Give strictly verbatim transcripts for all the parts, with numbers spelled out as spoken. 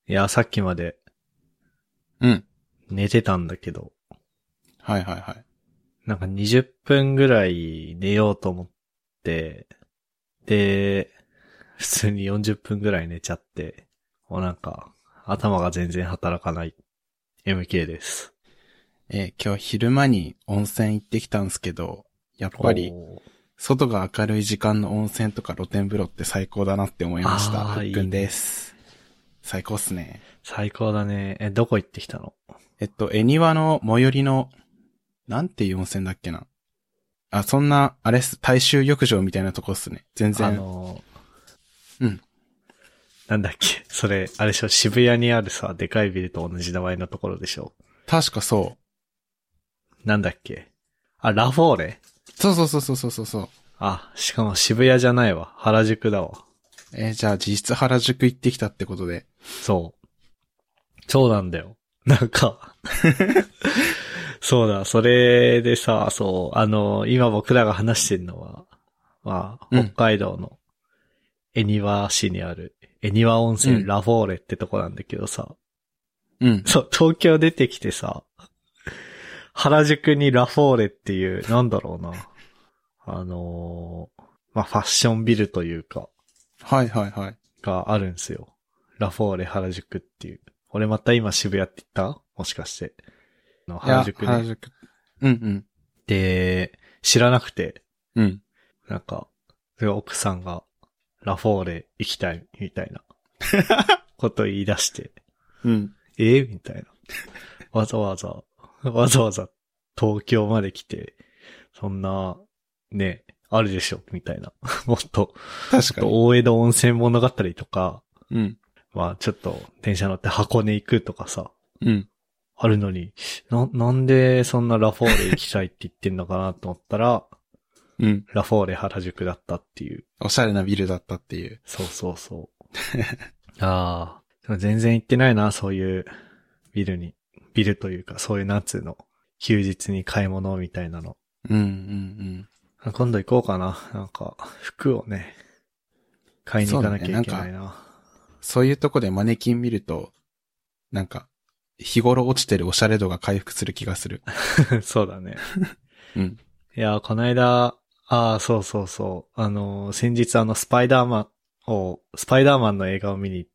いや、さっきまでうん。 寝てたんだけど、 はいはいはい。 なんかにじゅっぷんぐらい寝ようと思って、で、普通によんじゅっぷんぐらい寝ちゃって、もうなんか、頭が全然働かない エムケー です。 えー今日昼間に温泉行ってきたんすけど、やっぱり、 おー外が明るい時間の温泉とか露天風呂って最高だなって思いました。 あーふっくんでいいねす。最高っすね。 最高だね。え、どこ行ってきたの？ えっと、恵庭の最寄りの、なんていう温泉だっけな。あ、そんな、あれっす、大衆浴場みたいなとこっすね。全然。 あのうん。 ー、なんだっけそれ、あれでしょ渋谷にあるさ、でかいビルと同じ名前のところでしょ？ 確かそう。 なんだっけあ、ラフォーレ？ そうそうそうそうそうそうそう。 あ、しかも渋谷じゃないわ。原宿だわ。 えーじゃあ実質原宿行ってきたってことで。 そう。そうなんだよ。なんか、そうだ、それでさ、そう、あの、今僕らが話してるのは、まあ、北うん。 海道の恵庭市にある恵庭温うん泉ラフォーレってとこなんだけどさ、 うん。 そう、東京出てきてさ、原宿にラフォーレっていう、なんだろうな、あのーまあ、ファッションビルというか、 はいはいはい。 があるんですよ。ラフォーレ原宿っていう。俺また今渋谷って言ったもしかして。のいや、 原宿ね。 原宿。うんうん。 で、知らなくて、 うん。 なんか、それ奥さんがラフォーレ行きたいみたいなこと言い出して、 うん。 えみたいな。わざわざ、わざわざ東京まで来て、そんな、ね、あるでしょみたいな。もっと、 確かに。 大江戸温泉物語とか、 うん。 まあちょっと電車乗って箱根行くとかさ、 うん。 あるのに、な、なんでそんなラフォーレ行きたいって言ってんのかなと思ったら、 うん。 ラフォーレ原宿だったっていう。 おしゃれなビルだったっていう。 そうそうそう。ああ、でも全然行ってないな、そういうビルに。ビルというか、そういう夏の休日に買い物みたいなの。 うんうん今度行こうかな。なんか、服をね、買いに行かなきゃいけないな。 うん。そういうとこでマネキン見ると、なんか、日頃落ちてるおしゃれ度が回復する気がする。 そうだね。 うん。 いや、この間、ああ、そうそうそう。あの、先日あの、スパイダーマンを、スパイダーマンの映画を見に行って、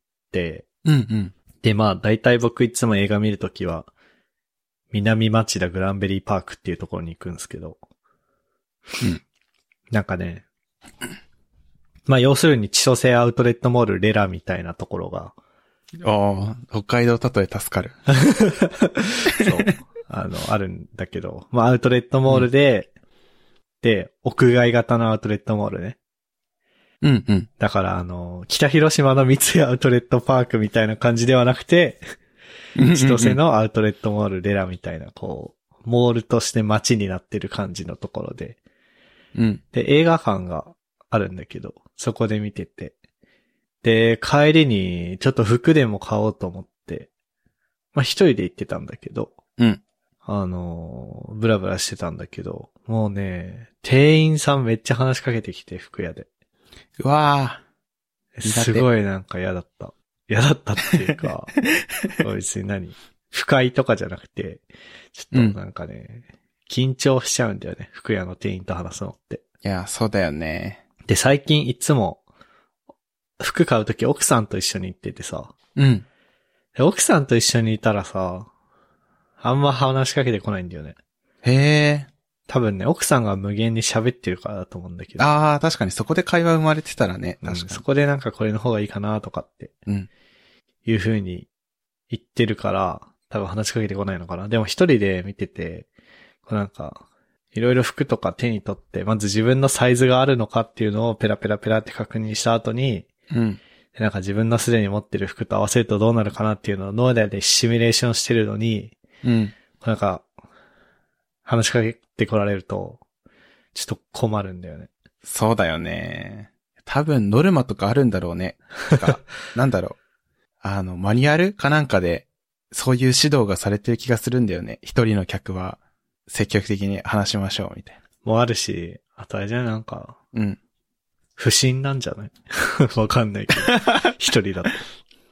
うんうん。 で、まあ、大体僕いつも映画見るときは、南町田グランベリーパークっていうところに行くんですけど、 うん。 なんかね、まあ要するに千歳アウトレットモールレラみたいなところが、 ああ、北海道例え助かる。 そう、あの、あるんだけど、まあアウトレットモールで、うん、で、屋外型のアウトレットモールね。 うんうん。 だからあの、北広島の三井アウトレットパークみたいな感じではなくて、千歳のアウトレットモールレラみたいな、こう、モールとして街になってる感じのところで、 うん。 で、映画館があるんだけど、そこで見てて。で、帰りにちょっと服でも買おうと思って、まあ一人で行ってたんだけど、 うん。 あのー、ブラブラしてたんだけど、もうね、店員さんめっちゃ話しかけてきて、服屋で。 うわーすごいなんか嫌だった。嫌だったっていうか、別に何不快とかじゃなくて、ちょっとなんかね、うん、緊張しちゃうんだよね、服屋の店員と話すのって。 いや、そうだよね。 で、最近いつも、服買うとき奥さんと一緒に行っててさ。 うん。 奥さんと一緒にいたらさ、あんま話しかけてこないんだよね。 へえ。 多分ね、奥さんが無限に喋ってるからだと思うんだけど。 ああ、確かにそこで会話生まれてたらね。確かに、 うん。そこでなんかこれの方がいいかなとかって。 うん。 いう風に言ってるから、多分話しかけてこないのかな。でも一人で見てて、こうなんか、いろいろ服とか手に取って、まず自分のサイズがあるのかっていうのをペラペラペラって確認した後に、 うん。 でなんか自分のすでに持ってる服と合わせるとどうなるかなっていうのを脳内でシミュレーションしてるのに、 うん。 なんか、話しかけてこられると、ちょっと困るんだよね。 そうだよね。多分ノルマとかあるんだろうね。かなんだろう。あの、マニュアルかなんかで、そういう指導がされてる気がするんだよね。一人の客は積極的に話しましょうみたいな。 もうあるし、あとあれじゃなんか、 うん。 不審なんじゃないわかんないけど。一人だと。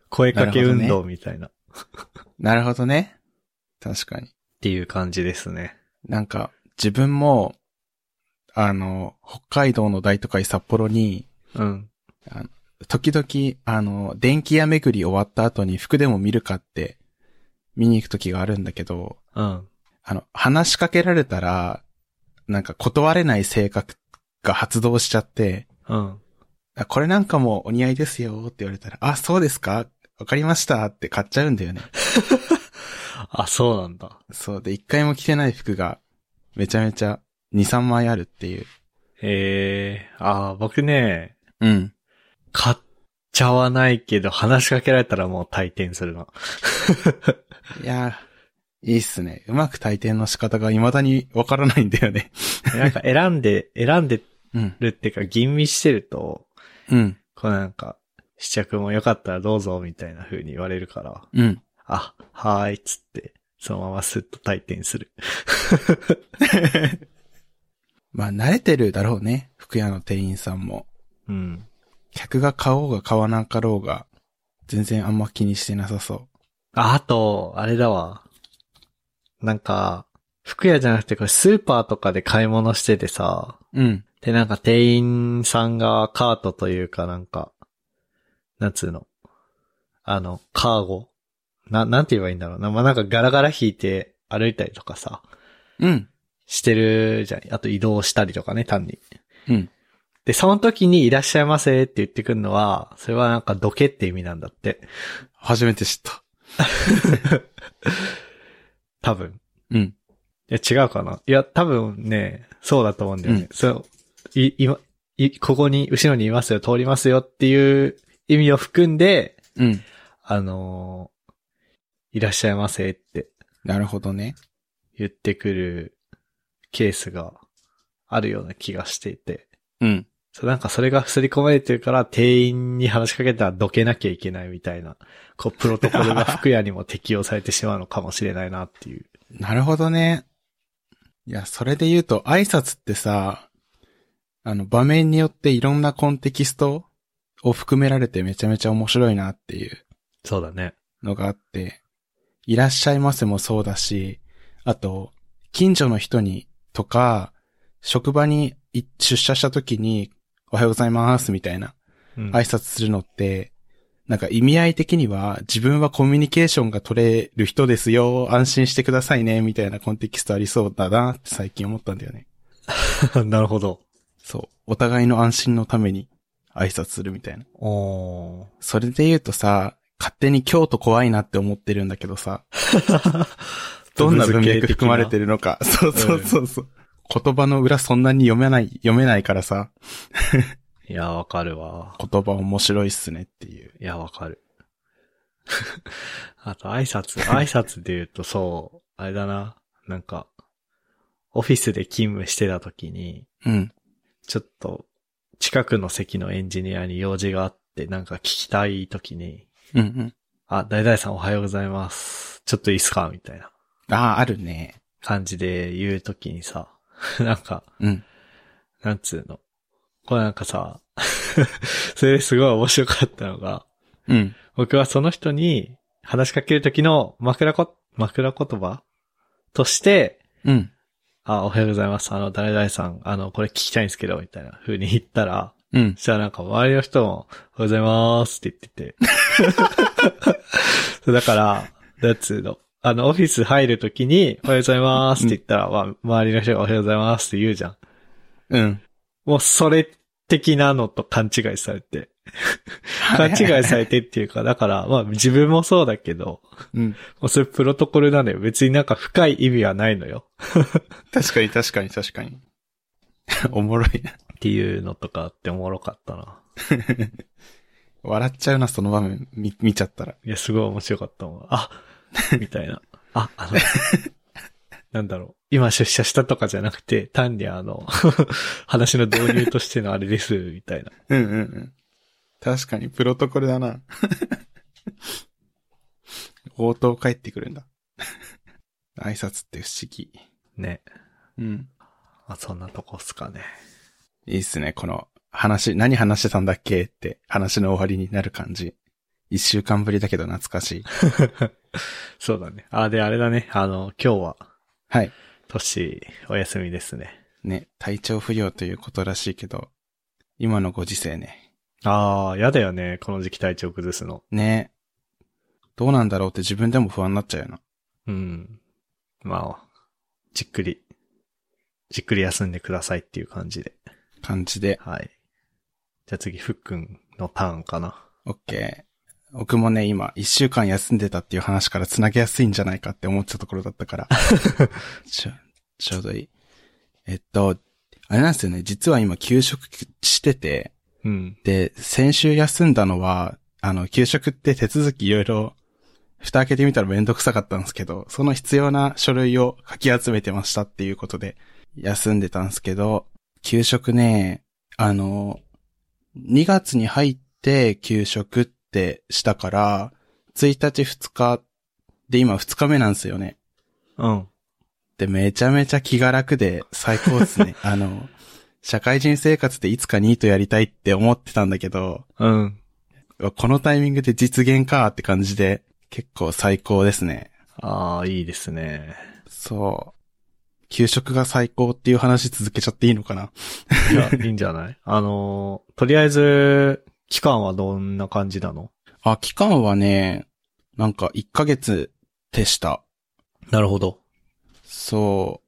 声かけ運動みたいな。 なるほどね。確かに。 っていう感じですね。 なんか、自分も、あの、北海道の大都会札幌に、 うん。 あの時々、あの、電気屋巡り終わった後に服でも見るかって見に行く時があるんだけど、 うん。 あの、話しかけられたら、なんか断れない性格が発動しちゃって、 うん。 あこれなんかもお似合いですよって言われたら、あ、そうですかわかりましたって買っちゃうんだよね。 あ、そうなんだ。 そうで、一回も着てない服がめちゃめちゃに、さんまいあるっていう。 ええー、あー、僕ね、 うん。 買っちゃわないけど、話しかけられたらもう退店するの。 いやー、いいっすね。うまく退店の仕方が未だにわからないんだよね。 なんか選んで、選んでうん。 るっていうか、吟味してると、 うん。 こうなんか、試着もよかったらどうぞみたいな風に言われるから、 うん。 あ、はーいっつって、そのままスッと退店する。 まあ慣れてるだろうね。服屋の店員さんも。 うん。 客が買おうが買わなかろうが、全然あんま気にしてなさそあ、あと、あれだわ。なんか、服屋じゃなくてこれスーパーとかで買い物しててさ、 う。うん。 でなんか店員さんがカートというかなんか、なんつうの、あの、カーゴな、なんて言えばいいんだろうな。まあ、なんかガラガラ引いて歩いたりとかさ、 うん。 してるじゃん。あと移動したりとかね、単に。 うん。 で、その時にいらっしゃいませって言ってくるのは、それはなんかどけって意味なんだって。 初めて知った。 多分。 うん。 いや、違うかな。いや、多分ね、そうだと思うんだよね。 うんそう、い、今、い、ここに、後ろにいますよ、通りますよっていう意味を含んで、 うん。 あのーいらっしゃいませってなるほどね。 言ってくるケースがあるような気がしていて。 うん。 そう、なんかそれが刷り込まれてるから、店員に話しかけたらどけなきゃいけないみたいな、こう、プロトコルが服屋にも適用されてしまうのかもしれないなっていう。 なるほどね。いや、それで言うと、挨拶ってさ、あの、場面によっていろんなコンテキストを含められてめちゃめちゃ面白いなっていうそうだね。 のがあって、いらっしゃいませもそうだし、あと、近所の人にとか、職場に出社した時に、おはようございますみたいなうん、 挨拶するのって、なんか意味合い的には自分はコミュニケーションが取れる人ですよ、安心してくださいね、みたいなコンテキストありそうだなって最近思ったんだよね。 なるほど。 そう。お互いの安心のために挨拶するみたいな。 おー。 それで言うとさ、勝手に京都怖いなって思ってるんだけどさ、どんな文脈含まれてるのか。そうそうそうそう。言葉の裏そんなに読めない、読めないからさ。 いや、わかるわ。 言葉面白いっすねっていう。 いや、わかる。あと挨拶、挨拶で言うとそう、あれだな。なんか、オフィスで勤務してた時に、 うん。 ちょっと、近くの席のエンジニアに用事があって、なんか聞きたい時に、 うんうん。 あ、誰々さんおはようございます。ちょっといいっすかみたいなああ、あるね。 感じで言う時にさ、なんか、 うん。 なんつうの。これなんかさ、それですごい面白かったのが、 うん。 僕はその人に話しかける時の枕こ、枕言葉として、 うん。 あ、おはようございます。あの、誰々さん、あの、これ聞きたいんですけど、みたいな風に言ったら、 うん。 そしたらなんか周りの人も、おはようございますって言ってて。そうだから、なんつうの。あの、オフィス入るときに、おはようございますって言ったら、うん、まあ、周りの人がおはようございますって言うじゃん。 うん。 もうそれ的なのと勘違いされて。勘違いされてっていうか、だから、まあ自分もそうだけど、 うん。 もうそれプロトコルなのよ。別になんか深い意味はないのよ。 確かに確かに確かに。おもろいな。 っていうのとかっておもろかったな。 笑っちゃうな、その場面見、見ちゃったら。 いや、すごい面白かったもん。あみたいな。あ、あの、なんだろう。今出社したとかじゃなくて、単にあの、話の導入としてのあれです、みたいな。 うんうんうん。確かにプロトコルだな。応答返ってくるんだ。挨拶って不思議。 ね。 うん。 まあ、そんなとこっすかね。 いいっすね、この話、何話してたんだっけって話の終わりになる感じ。 一週間ぶりだけど懐かしい。 そうだね。あ、で、あれだね。あの、今日は、 はい。 トッシー、お休みですね。 ね、体調不良ということらしいけど、今のご時世ね。 ああ、やだよね。この時期体調崩すの。 ね。どうなんだろうって自分でも不安になっちゃうよな。 うん。まあ、じっくり、じっくり休んでくださいっていう感じで。 感じで。 はい。じゃあ次、ふっくんのターンかな。 オッケー。僕もね、今、一週間休んでたっていう話から繋げやすいんじゃないかって思ってたところだったから。ちょ、ちょうどいい。えっと、あれなんですよね。実は今休職してて、 うん。 で、先週休んだのは、あの、休職って手続きいろいろ、蓋開けてみたらめんどくさかったんですけど、その必要な書類をかき集めてましたっていうことで、休んでたんですけど、休職ね、あの、にがつに入って休職ってしたから、ついたちふつかで今ふつかめなんですよね。 うん。 で、めちゃめちゃ気が楽で最高ですね。あの、社会人生活でいつかニートやりたいって思ってたんだけど、 うん。 このタイミングで実現かって感じで結構最高ですね。 ああ、いいですね。 そう。給食が最高っていう話続けちゃっていいのかな？ いや、いいんじゃないあの、とりあえず、期間はどんな感じなの？ あ、期間はね、なんかいっかげつでした。 なるほど。 そう。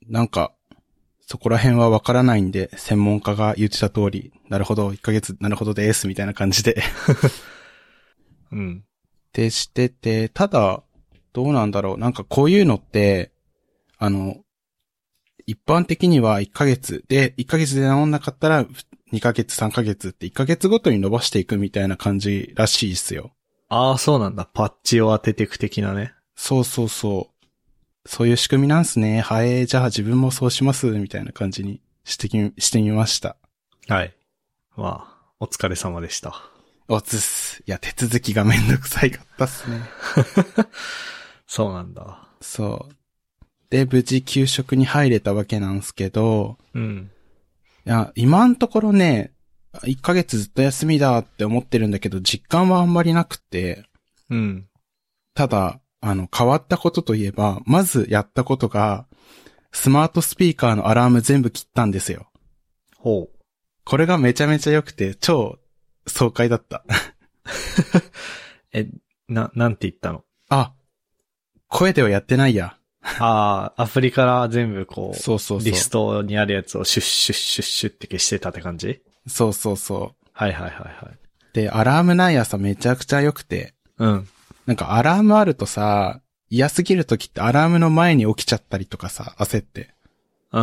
なんか、そこら辺はわからないんで、専門家が言ってた通り、なるほど、いっかげつ、なるほどです、みたいな感じで。 うん。 でしてて、ただ、どうなんだろう。なんかこういうのって、あの、一般的にはいっかげつで、いっかげつで治んなかったらにかげつ、さんかげつっていっかげつごとに伸ばしていくみたいな感じらしいですよ。 ああ、そうなんだ。パッチを当てていく的なね。 そうそうそう。そういう仕組みなんすね。はい、じゃあ自分もそうします、みたいな感じにしてき、してみました。 はい。まあ、お疲れ様でした。 おつす。いや、手続きがめんどくさいかったっすね。 そうなんだ。 そう。で、無事給食に入れたわけなんすけど、 うん。 いや、今のところね、いっかげつずっと休みだって思ってるんだけど、実感はあんまりなくて、 うん。 ただ、あの、変わったことといえば、まずやったことが、スマートスピーカーのアラーム全部切ったんですよ。 ほう。 これがめちゃめちゃ良くて、超爽快だった。 え、な、なんて言ったの？ あ、声ではやってないや。 ああ、アプリから全部こう、 そうそうそう。 リストにあるやつをシュッシュッシュッシュッって消してたって感じ？ そうそうそう。 はいはいはいはい。 で、アラームない朝めちゃくちゃ良くて。 うん。 なんかアラームあるとさ、嫌すぎるときってアラームの前に起きちゃったりとかさ、焦って。 うん。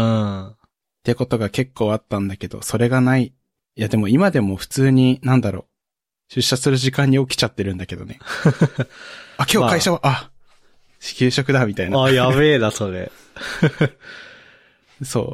ってことが結構あったんだけど、それがない。いやでも今でも普通に、なんだろう。出社する時間に起きちゃってるんだけどね。あ、今日会社は、まあ、あ、給食だみたいな。 あ、やべえな、それ。 そう。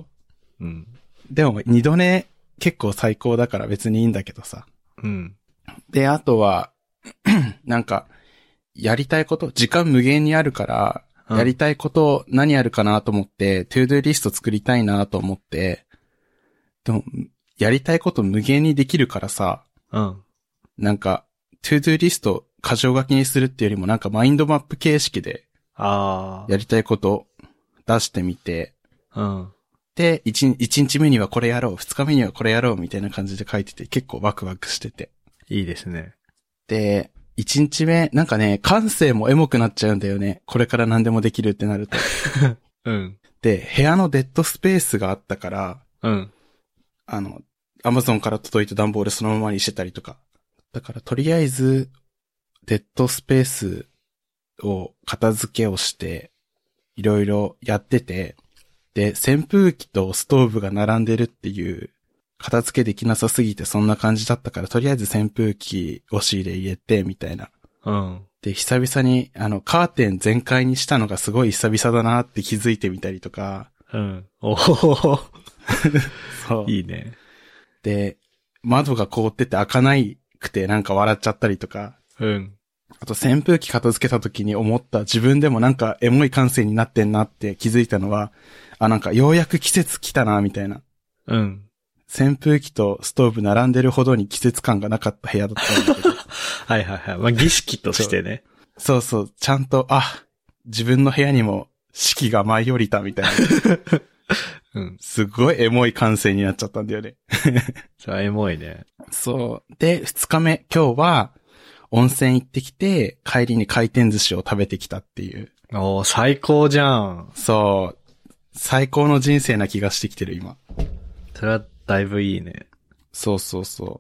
うん。 でも二度寝結構最高だから別にいいんだけどさ。 うん。 で、あとは、なんか、やりたいこと、時間無限にあるから、うん、やりたいこと何やるかなと思って、トゥードゥーリスト作りたいなと思って、でも、やりたいこと無限にできるからさ、 うん。 なんか、トゥードゥーリスト箇条書きにするっていうよりもなんかマインドマップ形式で、 ああ。 やりたいこと出してみて、 うん。 で、一、一日目にはこれやろう、二日目にはこれやろうみたいな感じで書いてて、結構ワクワクしてて。 いいですね。 で、一日目、なんかね、感性もエモくなっちゃうんだよね。これから何でもできるってなると。 うん。 で、部屋のデッドスペースがあったから、 うん。 あの、アマゾンから届いた段ボールそのままにしてたりとか。だから、とりあえず、デッドスペースを片付けをして、いろいろやってて、で、扇風機とストーブが並んでるっていう、片付けできなさすぎてそんな感じだったから、とりあえず扇風機押し入れ入れて、みたいな。 うん。 で、久々に、あの、カーテン全開にしたのがすごい久々だなって気づいてみたりとか。 うん。おおそう。 いいね。 で、窓が凍ってて開かないくてなんか笑っちゃったりとか。 うん。 あと扇風機片付けた時に思った自分でもなんかエモい感性になってんなって気づいたのは、あ、なんかようやく季節来たな、みたいな。 うん。 扇風機とストーブ並んでるほどに季節感がなかった部屋だったんだけど。 はいはいはい。まあ、儀式としてね。 そうそう、ちゃんと、あ、自分の部屋にも四季が舞い降りたみたいな。うん。すごいエモい感性になっちゃったんだよね。 それはエモいね。 そう。で、二日目、今日は温泉行ってきて、帰りに回転寿司を食べてきたっていう。 おー、最高じゃん。 そう。最高の人生な気がしてきてる、今。 それはだいぶいいね。 そうそうそう。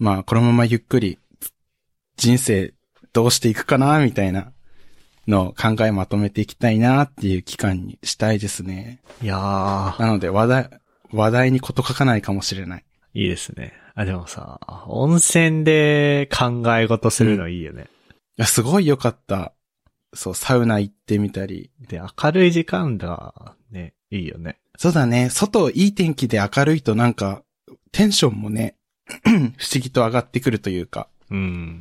まあ、このままゆっくり、人生どうしていくかな、みたいなのを考えまとめていきたいな、っていう期間にしたいですね。 いやー。 なので、話題、話題にこと書かないかもしれない。 いいですね。あ、でもさ、温泉で考え事するのいいよね。うん、いや、すごい良かった。そう、サウナ行ってみたり。 で、明るい時間だね、いいよね。 そうだね。外いい天気で明るいとなんか、テンションもね、不思議と上がってくるというか。 うん。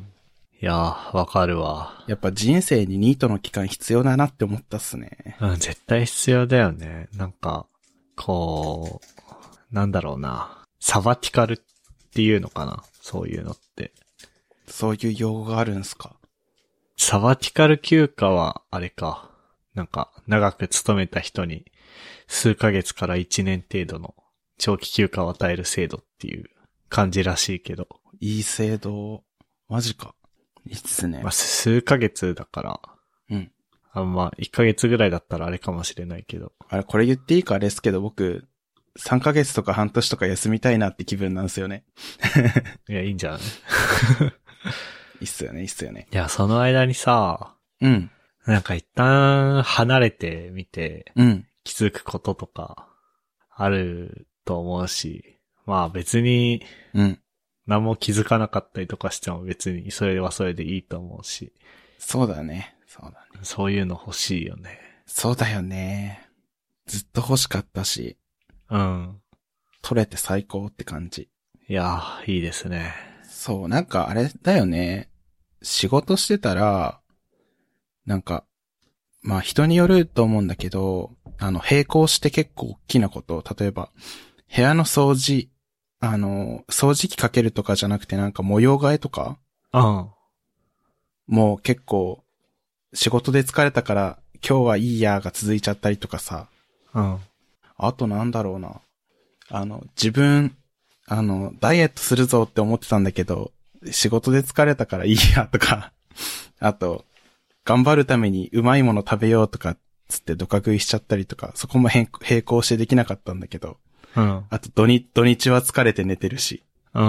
いやー、わかるわ。 やっぱ人生にニートの期間必要だなって思ったっすね。 うん、絶対必要だよね。なんか、こう、なんだろうな。サバティカルっていうのかな、そういうのって。 そういう用語があるんすか？ サバティカル休暇は、あれか。なんか、長く勤めた人に、数ヶ月から一年程度の長期休暇を与える制度っていう感じらしいけど。 いい制度。マジか。いいっすね。 まあ、数ヶ月だから。 うん。 あんま、一ヶ月ぐらいだったらあれかもしれないけど。 あれ、これ言っていいかあれですけど、僕、さんかげつとか半年とか休みたいなって気分なんですよね。 いや、いいんじゃないいいっすよね、いいっすよね。 いや、その間にさ、 うん。 なんか一旦離れてみて、 うん。 気づくこととか、あると思うし、まあ別に、 うん。 何も気づかなかったりとかしても別にそれはそれでいいと思うし。 そうだね。そうだね。 そういうの欲しいよね。 そうだよね。ずっと欲しかったし。 うん。 取れて最高って感じ。 いやー、いいですね。 そう、なんかあれだよね。仕事してたら、なんか、まあ人によると思うんだけど、あの、並行して結構大きなこと、例えば、部屋の掃除、あの、掃除機かけるとかじゃなくてなんか模様替えとか、 うん。 もう結構、仕事で疲れたから今日はいいやが続いちゃったりとかさ。 うん。 あとなんだろうな。あの、自分、あの、ダイエットするぞって思ってたんだけど、仕事で疲れたからいいやとか、あと、頑張るためにうまいもの食べようとか、つってドカ食いしちゃったりとか、そこも並行してできなかったんだけど、 うん。 あと土日、土日は疲れて寝てるし。 うん。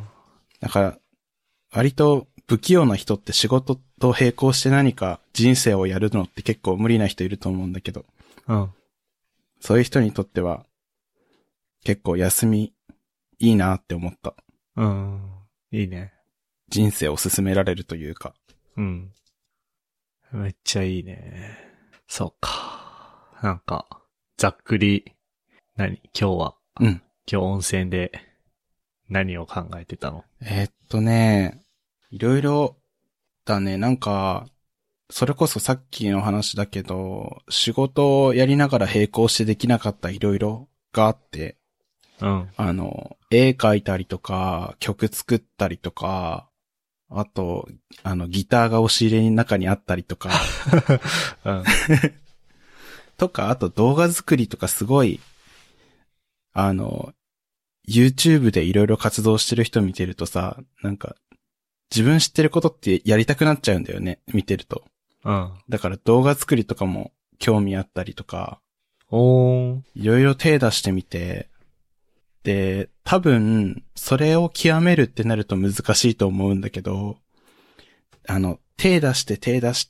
だから、割と不器用な人って仕事と並行して何か人生をやるのって結構無理な人いると思うんだけど、 うん。 そういう人にとっては、結構休みいいなって思った。 うん。いいね。 人生を進められるというか。 うん。めっちゃいいね。そうか。なんか、ざっくり、何今日は。 うん。 今日温泉で何を考えてたの？ えー、っとね、いろいろだね。なんか、それこそさっきの話だけど、仕事をやりながら並行してできなかったいろいろがあって、 うん。 あの、絵描いたりとか、曲作ったりとか、あと、あの、ギターが押し入れの中にあったりとか、 うん。 とか、あと動画作りとかすごい、あの、YouTube でいろいろ活動してる人見てるとさ、なんか、自分知ってることってやりたくなっちゃうんだよね、見てると。 うん。 だから動画作りとかも興味あったりとか、 おー。 いろいろ手出してみて、で、多分、それを極めるってなると難しいと思うんだけど、あの、手出して手出して、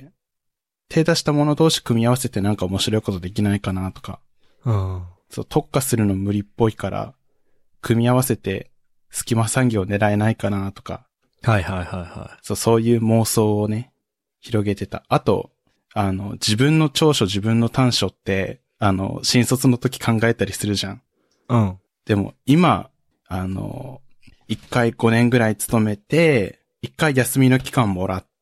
手出したもの同士組み合わせてなんか面白いことできないかなとか、 うん。 そう、特化するの無理っぽいから、組み合わせて隙間産業狙えないかなとか、 はいはいはいはそう、そういう妄想をね、広げてた。あと、あの、自分の長所、自分の短所って、あの、新卒の時考えたりするじゃん。 うん。 でも、今、あの、一回ごねんぐらい勤めて、一回休みの期間もらって、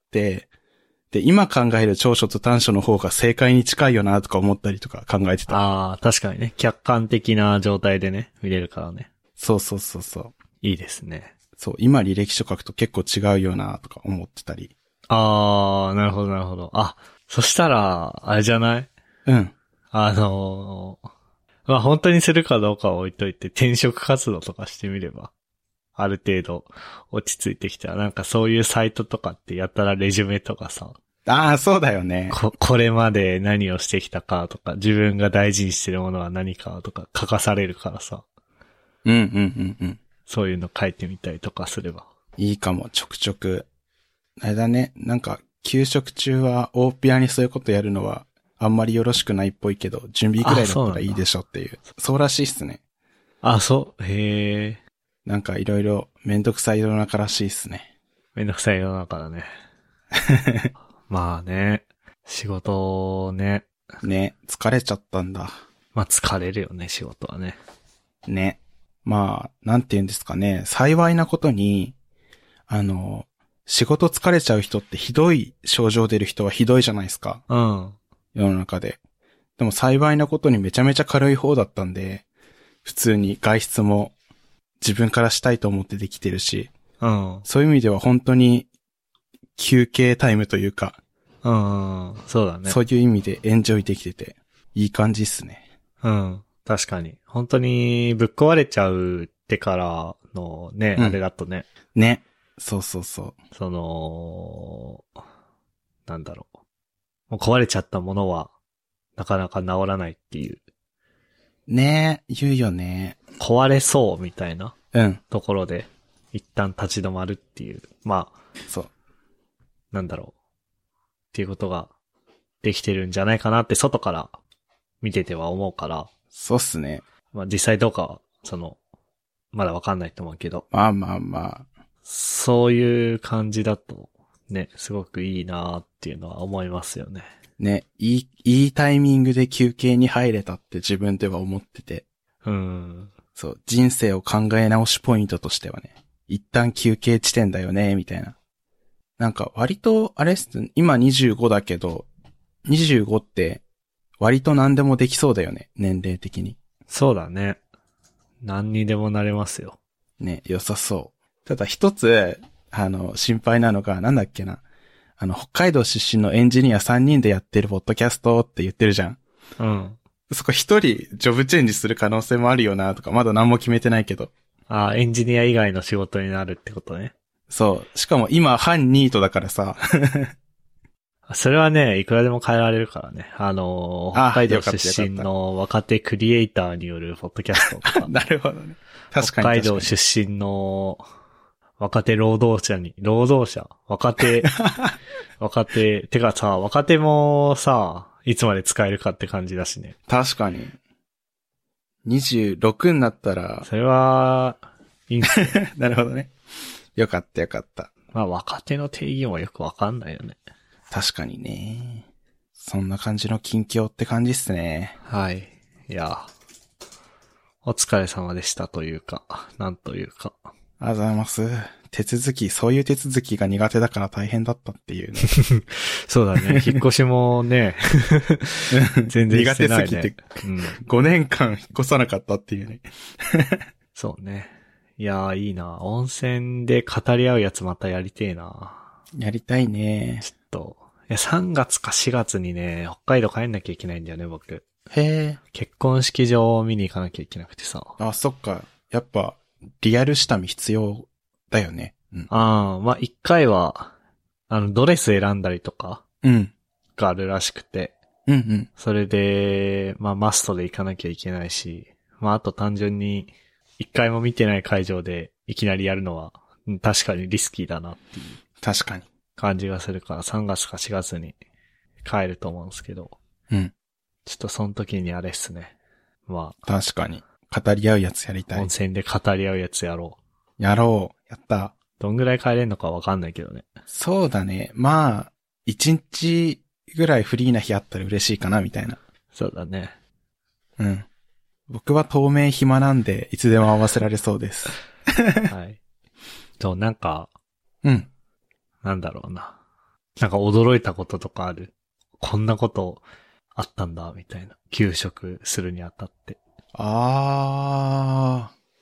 で、今考える長所と短所の方が正解に近いよなとか思ったりとか考えてた。 ああ、確かにね。客観的な状態でね、見れるからね。 そうそうそうそう。 いいですね。 そう、今履歴書書くと結構違うよなとか思ってたり。 あー、なるほどなるほど。あ、そしたら、あれじゃない？ うん。 あのー、まあ、本当にするかどうかは置いといて、転職活動とかしてみれば、ある程度落ち着いてきたら、なんかそういうサイトとかってやったらレジュメとかさ、 ああ、そうだよね。 こ、これまで何をしてきたかとか、自分が大事にしてるものは何かとか書かされるからさ、 うんうんうんうん。 そういうの書いてみたりとかすれば。 いいかも、ちょくちょく。あれだね、なんか、給食中は大っぴらにそういうことやるのは、あんまりよろしくないっぽいけど、準備くらいだったらいいでしょっていう。そうそうらしいっすね。 あ、そう、へえ。 なんかいろいろめんどくさい世の中らしいっすね。 めんどくさい世の中だね。まあね、仕事ね。 ね、疲れちゃったんだ。 まあ疲れるよね、仕事はね。 ね。まあ、なんて言うんですかね。幸いなことに、あの、仕事疲れちゃう人ってひどい症状出る人はひどいじゃないですか。 うん。 世の中で。でも幸いなことにめちゃめちゃ軽い方だったんで、普通に外出も自分からしたいと思ってできてるし、 うん。 そういう意味では本当に休憩タイムというか、 うん。そうだね。 そういう意味でエンジョイできてて、いい感じっすね。 うん。確かに。本当にぶっ壊れちゃうってからのね、 うんあれだとね。 ね。そうそうそその、なんだろう。もう壊れちゃったものは、なかなか治らないっていう。 う。ねえ、言うよね。 壊れそうみたいなうん。 ところで、一旦立ち止まるっていう。まあ、 そう。 なんだろう。っていうことができてるんじゃないかなって外から見てては思うから。 そうっすね。 まあ実際どうかは、その、まだわかんないと思うけど。 まあまあまあ。 そういう感じだと、ね、すごくいいなっていうのは思いますよね。 ね、いい、いいタイミングで休憩に入れたって自分では思ってて。 うん。 そう、人生を考え直しポイントとしてはね、一旦休憩地点だよね、みたいな。なんか割と、あれっす、今にじゅうごだけど、にじゅうごって割と何でもできそうだよね、年齢的に。 そうだね。何にでもなれますよ。 ね、良さそう。ただ一つ、あの、心配なのが、なんだっけな。あの、北海道出身のエンジニアさんにんでやってるポッドキャストって言ってるじゃん。 うん。 そこ一人ジョブチェンジする可能性もあるよなとか、まだ何も決めてないけど。 ああ、エンジニア以外の仕事になるってことね。 そう。しかも今、反ニートだからさ。 それはね、いくらでも変えられるからね。あのー、 あ北海道出身の若手クリエイターによるポッドキャストとか。 なるほどね。確かに確かに。 北海道出身の若手労働者に、労働者若手、若手、てかさ、若手もさ、いつまで使えるかって感じだしね。 確かに。にじゅうろくになったら。 それは、いいんすよ。 なるほどね。よかったよかった。 まあ若手の定義もよくわかんないよね。 確かにね。そんな感じの近況って感じっすね。 はい。いや、お疲れ様でしたというか、なんというか。 ありがとうございます。手続き、そういう手続きが苦手だから大変だったっていうね。 そうだね。引っ越しもね、全然してないね。 苦手すぎて、 うん、 ごねんかん引っ越さなかったっていうね。 そうね。いやーいいな。温泉で語り合うやつまたやりてえな。 やりたいね。 ちょっと。いや、さんがつかしがつにね、北海道帰んなきゃいけないんだよね、僕。 へえ。 結婚式場を見に行かなきゃいけなくてさ。 あ、そっか。やっぱ、リアル下見必要だよね。うん。 ああ、まあ、一回は、あの、ドレス選んだりとか、 うん。 があるらしくて。 うんうん。 それで、まあ、マストで行かなきゃいけないし、まあ、あと単純に、一回も見てない会場でいきなりやるのは、確かにリスキーだなっていう。 確かに。 感じがするからさんがつかしがつに帰ると思うんですけど。 うん。 ちょっとその時にあれっすね。まあ。確かに。語り合うやつやりたい。 温泉で語り合うやつやろう。やろう。やった。 どんぐらい帰れるのかわかんないけどね。 そうだね。まあ、一日ぐらいフリーな日あったら嬉しいかな、みたいな。 そうだね。 うん。僕は当面暇なんで、いつでも合わせられそうです。 はい。そう、なんか、 うん。 なんだろうな。なんか驚いたこととかある。こんなことあったんだ、みたいな。休職するにあたって。 あ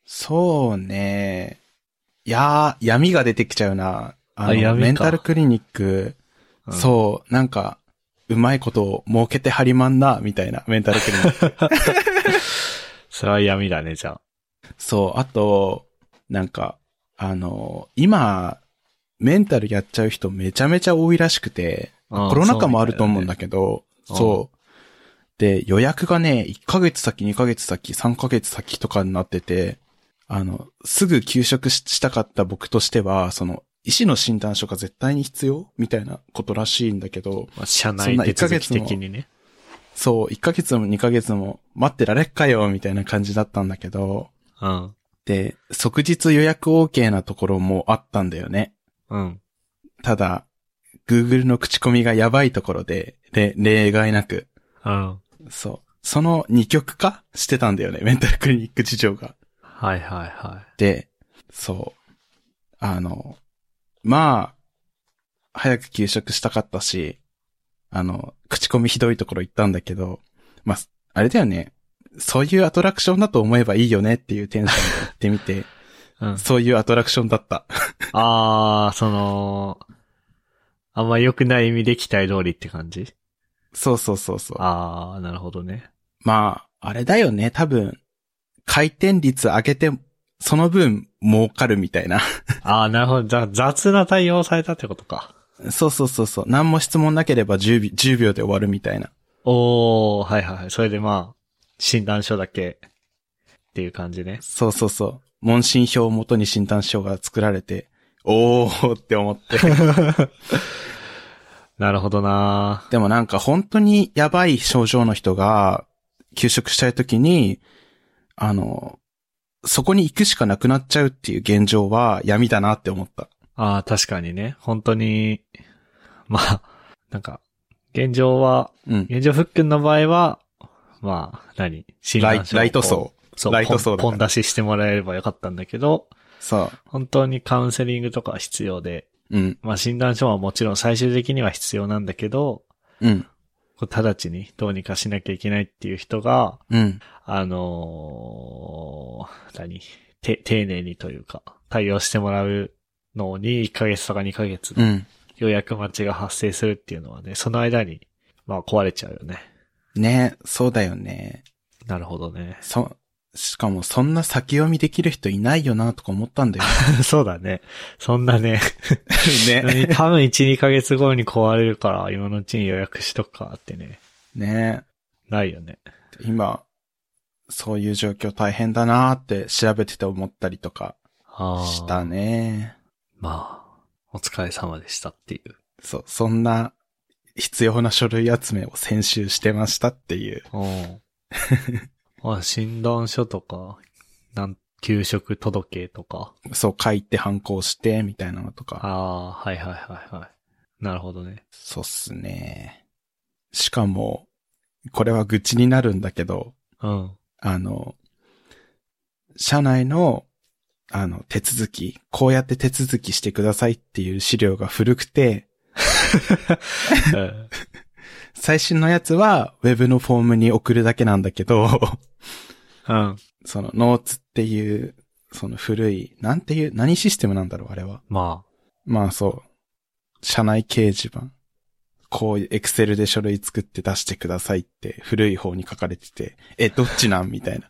そうね。いやー、闇が出てきちゃうな。あの、 あ闇かメンタルクリニック、 うん、 そう、なんか、うまいことを儲けてはりまんな、みたいな、メンタルクリニック。 それは闇だね、じゃあ。 そう、あと、なんか、あの、今、メンタルやっちゃう人めちゃめちゃ多いらしくて、 うんコロナ禍もあると思うんだけど、 そうみたいだねそう。で、予約がね、いっかげつ先、にかげつ先、さんかげつ先とかになってて、あの、すぐ休職ししたかった僕としては、その、医師の診断書が絶対に必要みたいなことらしいんだけど、 まあ、社内手続き的にね。 そう、いっかげつもにかげつも待ってられっかよ、みたいな感じだったんだけど、 うん。 で、即日予約 OK なところもあったんだよね。 うん。 ただ、Google の口コミがやばいところで、で、例外なく、 うん。 そう。その二極化してたんだよね、メンタルクリニック事情が。 はいはいはで、そう。あの、まあ、早く休職したかったし、あの、口コミひどいところ行ったんだけど、まあ、あれだよね。そういうアトラクションだと思えばいいよねっていうテンションで行ってみて、 い。うん。 そういうアトラクションだった。 あー、その、あんま良くない意味で期待通りって感じ？ そうそうそうそう。 あー、なるほどね。 まあ、あれだよね。多分、回転率上げて、その分儲かるみたいな。 あー、なるほど。じゃあ雑な対応されたってことか。 そうそうそうそう。何も質問なければじゅうびょう、じゅうびょうで終わるみたいな。 おー、はいはいはい。それでまあ、診断書だけっていう感じね。 そうそうそう。問診票をもとに診断書が作られて、おーって思って。 なるほどな。 でもなんか本当にやばい症状の人が休職したいときに、あの、そこに行くしかなくなっちゃうっていう現状は闇だなって思った。 ああ、確かにね。本当に、まあ、なんか、現状は、 うん。 現状ふっくんの場合は、まあ、何診ライ断書をライト層。 そう、 ライト層だからポン、ポン出ししてもらえればよかったんだけど、 そ本当にカウンセリングとかは必要で、 う。うん。 まあ診断書はもちろん最終的には必要なんだけど、 うん。 こう直ちにどうにかしなきゃいけないっていう人が、 うん。 あのー、何て、丁寧にというか、対応してもらうのにいっかげつとかにかげつうん。 予約待ちが発生するっていうのはね、その間に、まあ壊れちゃうよね。 ね、そうだよね。 なるほどね。 そ、しかもそんな先読みできる人いないよなとか思ったんだよ。 そうだね。そんなね。 ね。 多分いち、にかげつごに壊れるから今のうちに予約しとくかってね。 ね。 ないよね。 今、そういう状況大変だなーって調べてて思ったりとかしたね。 まあ、お疲れ様でしたっていう。 そう、そんな必要な書類集めを先週してましたっていう。 うんまあ、診断書とか、なん、給食届とか。 そう書いて反抗してみたいなのとか。 ああ、はいはいはいはい。なるほどね。 そうっすね。しかも、これは愚痴になるんだけど、 うん。 あの、社内の、あの、手続き、こうやって手続きしてくださいっていう資料が古くて、 うん最新のやつは Web のフォームに送るだけなんだけど、 うん。 そのノーツっていう、その古い、なんていう、何システムなんだろう、あれは。 ままあそう。社内掲示板。こういう Excel で書類作って出してくださいって古い方に書かれてて、え、どっちなんみたいな。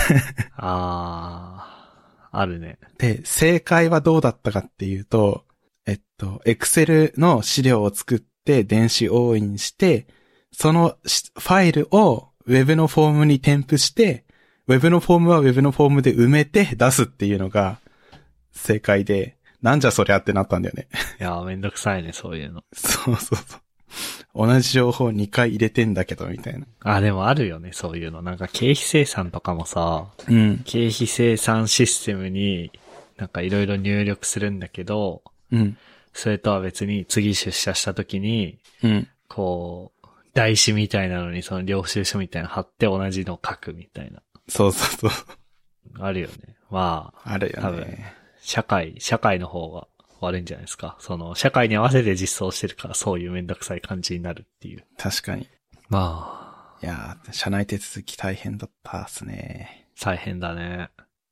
あ、ああ、あるね。 で、正解はどうだったかっていうと、えっと、Excel の資料を作って電子押印して、そのファイルを Web のフォームに添付して、Web のフォームは Web のフォームで埋めて出すっていうのが正解で、なんじゃそりゃってなったんだよね。 いや、めんどくさいね、そういうの。 そうそうそう。同じ情報にかい入れてんだけど、みたいな。 あ、でもあるよね、そういうの。なんか経費生産とかもさ、 うん。 経費生産システムになんかいろいろ入力するんだけど、 うん。 それとは別に次出社した時に、 うん。 こう、台紙みたいなのにその領収書みたいなの貼って同じの書くみたいな。 そうそうそう。 あるよね。まあ、 あるよ多分ね。 社会、社会の方が悪いんじゃないですか。その、社会に合わせて実装してるからそういうめんどくさい感じになるっていう。 確かに。 まあ、 いやー、社内手続き大変だったっすね。 大変だね。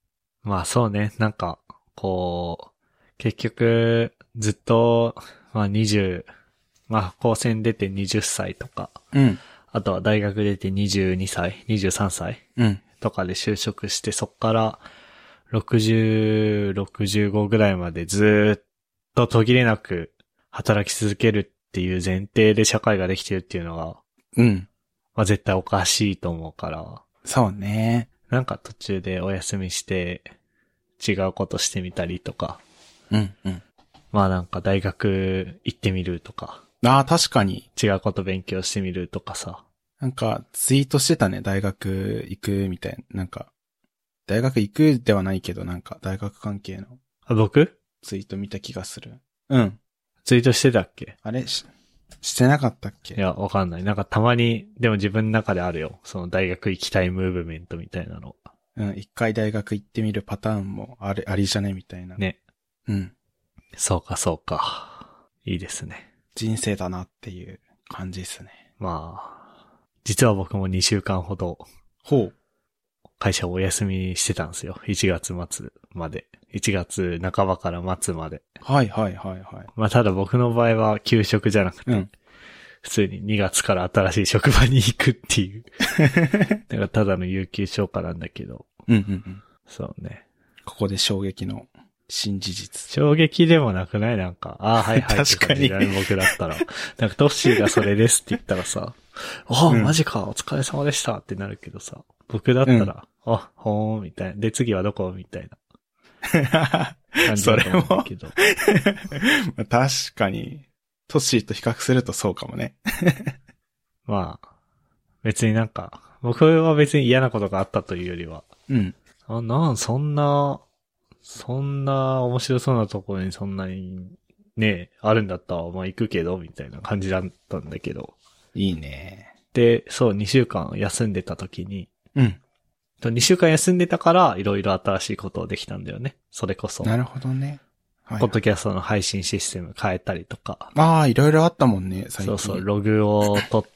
まあそうね。なんか、こう、結局、ずっと、まあにじゅう、まあ高専出てはたちとか、 うん。 あとは大学出てにじゅうにさい、にじゅうさんさいうん。 とかで就職して、そっからろくじゅう、ろくじゅうごぐらいまでずーっと途切れなく働き続けるっていう前提で社会ができてるっていうのが、 うん。 まあ絶対おかしいと思うから、 そうね。 なんか途中でお休みして違うことしてみたりとか、 うん。うん。 まあなんか大学行ってみるとか、 ああ、確かに。 違うこと勉強してみるとかさ。 なんか、ツイートしてたね。大学行くみたいな。なんか、大学行くではないけど、なんか、大学関係のあ、僕ツイート見た気がする。うん。 ツイートしてたっけ？ あれし、してなかったっけ？ いや、わかんない。なんかたまに、でも自分の中であるよ。その大学行きたいムーブメントみたいなの。 うん、一回大学行ってみるパターンもあれ、ありじゃねみたいな。 ね。 うん。 そうか、そうか。いいですね。 人生だなっていう感じですね。 まあ、実は僕もにしゅうかんほどほう。 会社をお休みしてたんですよ。いちがつ末まで。いちがつなかばから末まで。 はいはいはいはい。 まあただ僕の場合は休職じゃなくて、 うん。 普通ににがつから新しい職場に行くっていう。だからただの有給消化なんだけど。 うんうんうん。 そうね。 ここで衝撃の新事実。 衝撃でもなくないなんか、ああ、はいはい。 確かにって感じだね僕だったら。なんかトッシーがそれですって言ったらさ、ああ、 うんマジか、お疲れ様でしたってなるけどさ、僕だったら、 うんあ、ほーん、みたいな。で、次はどこみたいな感じだと思うんだけど。 確かに、トッシーと比較するとそうかもね。 まあ、別になんか、僕は別に嫌なことがあったというよりは、 うん。 あ、なん、そんな、そんな面白そうなところにそんなに、ね、あるんだったら、まあ行くけど、みたいな感じだったんだけど。 いいね。 で、そう、にしゅうかん休んでた時に、 うん。 にしゅうかん休んでたから、いろいろ新しいことをできたんだよね。それこそ。 なるほどね。はい、 ポッドキャストの配信システム変えたりとか。 ああ、いろいろあったもんね、最近。 そうそう、ログを取って、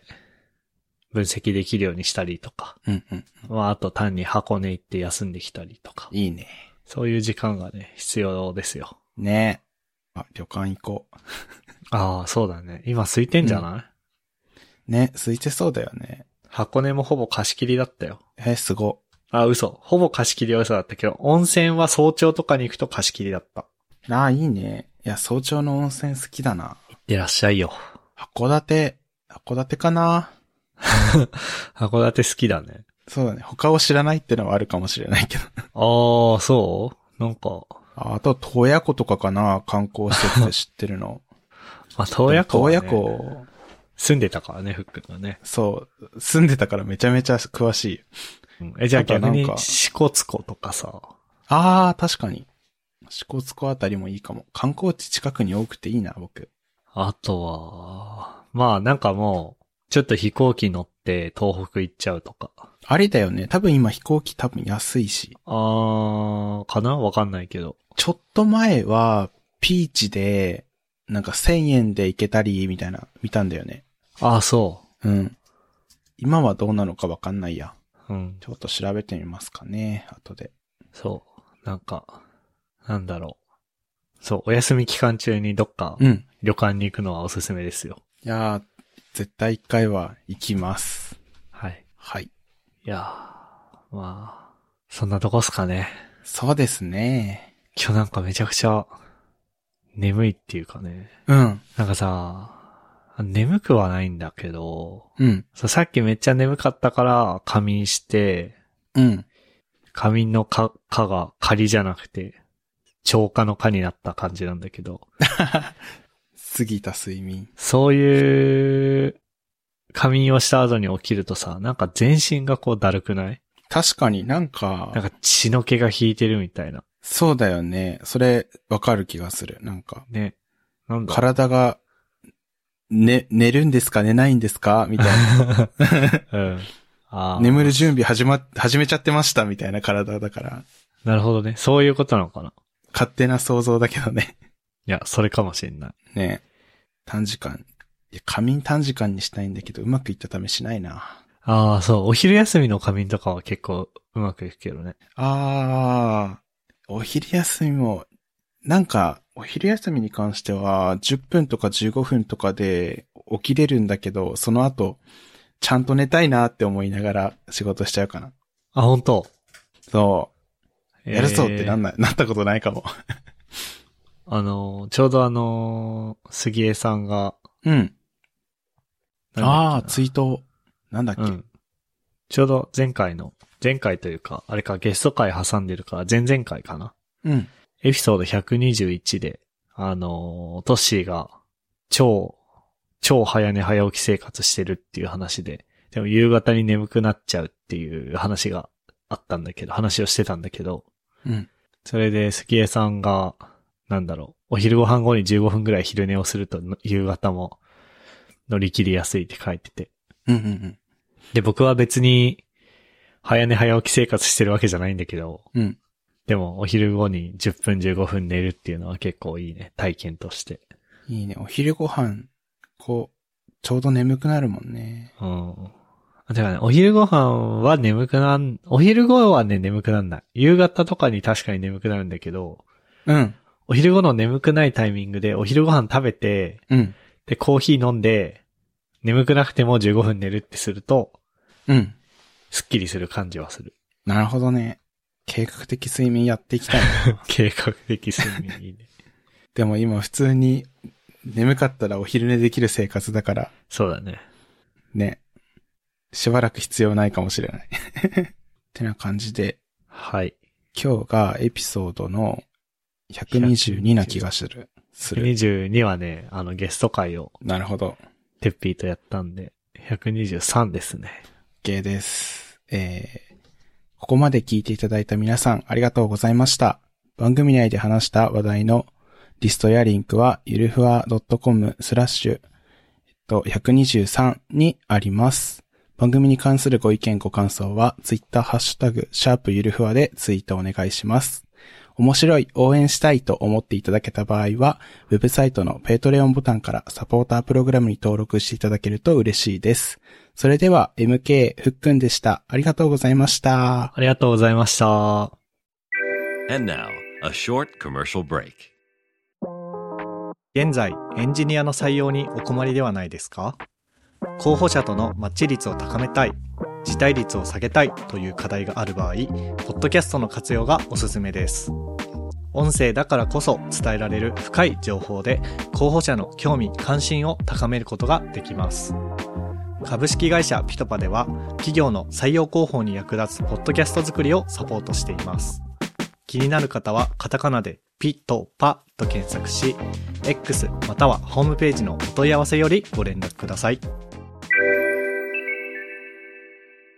分析できるようにしたりとか。 うんうん。 まあ、あと単に箱根行って休んできたりとか。 いいね。 そういう時間がね、必要ですよ。 ねあ、旅館行こう。 ああ、そうだね。今空いてんじゃない、うん、 ね、空いてそうだよね。 箱根もほぼ貸し切りだったよ。 え、すご。 あ、嘘。ほぼ貸し切りは嘘だったけど、温泉は早朝とかに行くと貸し切りだった。 ああ、いいね。いや、早朝の温泉好きだな。 行ってらっしゃいよ。 函館、函館かな函館好きだね。 そうだね。他を知らないってのはあるかもしれないけど。 ああ、そうなんか。 あと、洞爺湖とかかな観光施設で知ってるの。 まあ、洞爺湖は、ね。 洞爺湖。 住んでたからね、フックがね。 そう。住んでたからめちゃめちゃ詳しい。 うん、え、じゃあ逆に、支笏湖とかさ。 ああ、確かに。支笏湖あたりもいいかも。観光地近くに多くていいな、僕。 あとは、まあなんかもう、ちょっと飛行機乗って東北行っちゃうとか。 ありだよね。多分今飛行機多分安いし。 あー、かなわかんないけど。 ちょっと前は、ピーチで、なんかせんえんで行けたり、みたいな、見たんだよね。 ああ、そう。 うん。今はどうなのかわかんないや。 うん。 ちょっと調べてみますかね、後で。 そう。なんか、なんだろう。そう、お休み期間中にどっか、 うん。 旅館に行くのはおすすめですよ。 いやー、絶対一回は行きます。 はい。 はい。 いやー、まあ、そんなとこっすかね。 そうですね。 今日なんかめちゃくちゃ、眠いっていうかね。 うん。 なんかさ、眠くはないんだけど、 うん。 そうさっきめっちゃ眠かったから仮眠して、 うん。 仮眠のか、かが仮じゃなくて、超過のかになった感じなんだけど。 過ぎた睡眠。 そういう仮眠をした後に起きるとさ、なんか全身がこうだるくない？ 確かになんか、 なんか血の気が引いてるみたいな。 そうだよね。それ、わかる気がする。なんか。 ね。なんだ体が、ね、寝るんですか寝ないんですかみたいな。 うん。あ眠る準備始ま、始めちゃってましたみたいな体だから。 なるほどね。そういうことなのかな。 勝手な想像だけどね。 いや、それかもしれない。 ね短時間。いや、仮眠短時間にしたいんだけど、うまくいったためしないな。 ああ、そう、お昼休みの仮眠とかは結構うまくいくけどね。 あー、お昼休みも、なんか、お昼休みに関しては、じゅっぷんとかじゅうごふんとかで起きれるんだけど、その後、ちゃんと寝たいなって思いながら仕事しちゃうかな。 あ、本当。 そう。やるぞっえーてなんない、なったことないかも。 あの、ちょうどあの、杉江さんが、 うん。 なんだっけなああ、ツイート、なんだっけ、 うん。ちょうど前回の、前回というか、あれかゲスト回挟んでるから、前々回かな。 うん。 エピソードひゃくにじゅういちで、あの、トッシーが超、超早寝早起き生活してるっていう話で、でも夕方に眠くなっちゃうっていう話があったんだけど、話をしてたんだけど、 うん。 それで杉江さんが、なんだろう、お昼ご飯後にじゅうごふんぐらい昼寝をすると夕方も乗り切りやすいって書いてて。 うんうんうん。 で、僕は別に早寝早起き生活してるわけじゃないんだけど、 うん。 でもお昼後にじゅっぷんじゅうごふん寝るっていうのは結構いいね、体験として。 いいね。お昼ご飯、こう、ちょうど眠くなるもんね。 うん。だからね、お昼ご飯は眠くなん、お昼後はね、眠くなんない。夕方とかに確かに眠くなるんだけど、 うん。 お昼後の眠くないタイミングでお昼ご飯食べて、 うん。 で、コーヒー飲んで、眠くなくてもじゅうごふん寝るってすると、 うん。 スッキリする感じはする。 なるほどね。計画的睡眠やっていきたいな。 計画的睡眠いいね。 でも今普通に眠かったらお昼寝できる生活だから、 そうだね。 ね。しばらく必要ないかもしれない。ってな感じで、 はい。 今日がエピソードのひゃくにじゅうにな気がする。する。 ひゃくにじゅうにはね、あのゲスト会をなるほど。 テッピーとやったんで、ひゃくにじゅうさんですね。 OK です。えー、ここまで聞いていただいた皆さんありがとうございました。番組内で話した話題のリストやリンクはゆるふわ .com スラッシュ、えっと、ひゃくにじゅうさんにあります。番組に関するご意見ご感想はツイッターハッシュタグシャープゆるふわでツイートお願いします。面白い、応援したいと思っていただけた場合は、ウェブサイトのペイトレオンボタンからサポータープログラムに登録していただけると嬉しいです。それでは エムケー ふっくんでした。ありがとうございました。 ありがとうございました。 And now, a short commercial break. 現在、エンジニアの採用にお困りではないですか？候補者とのマッチ率を高めたい、辞退率を下げたいという課題がある場合、ポッドキャストの活用がおすすめです。音声だからこそ伝えられる深い情報で、候補者の興味・関心を高めることができます。株式会社ピトパでは、企業の採用広報に役立つポッドキャスト作りをサポートしています。気になる方はカタカナでピトパと検索し、X またはホームページのお問い合わせよりご連絡ください。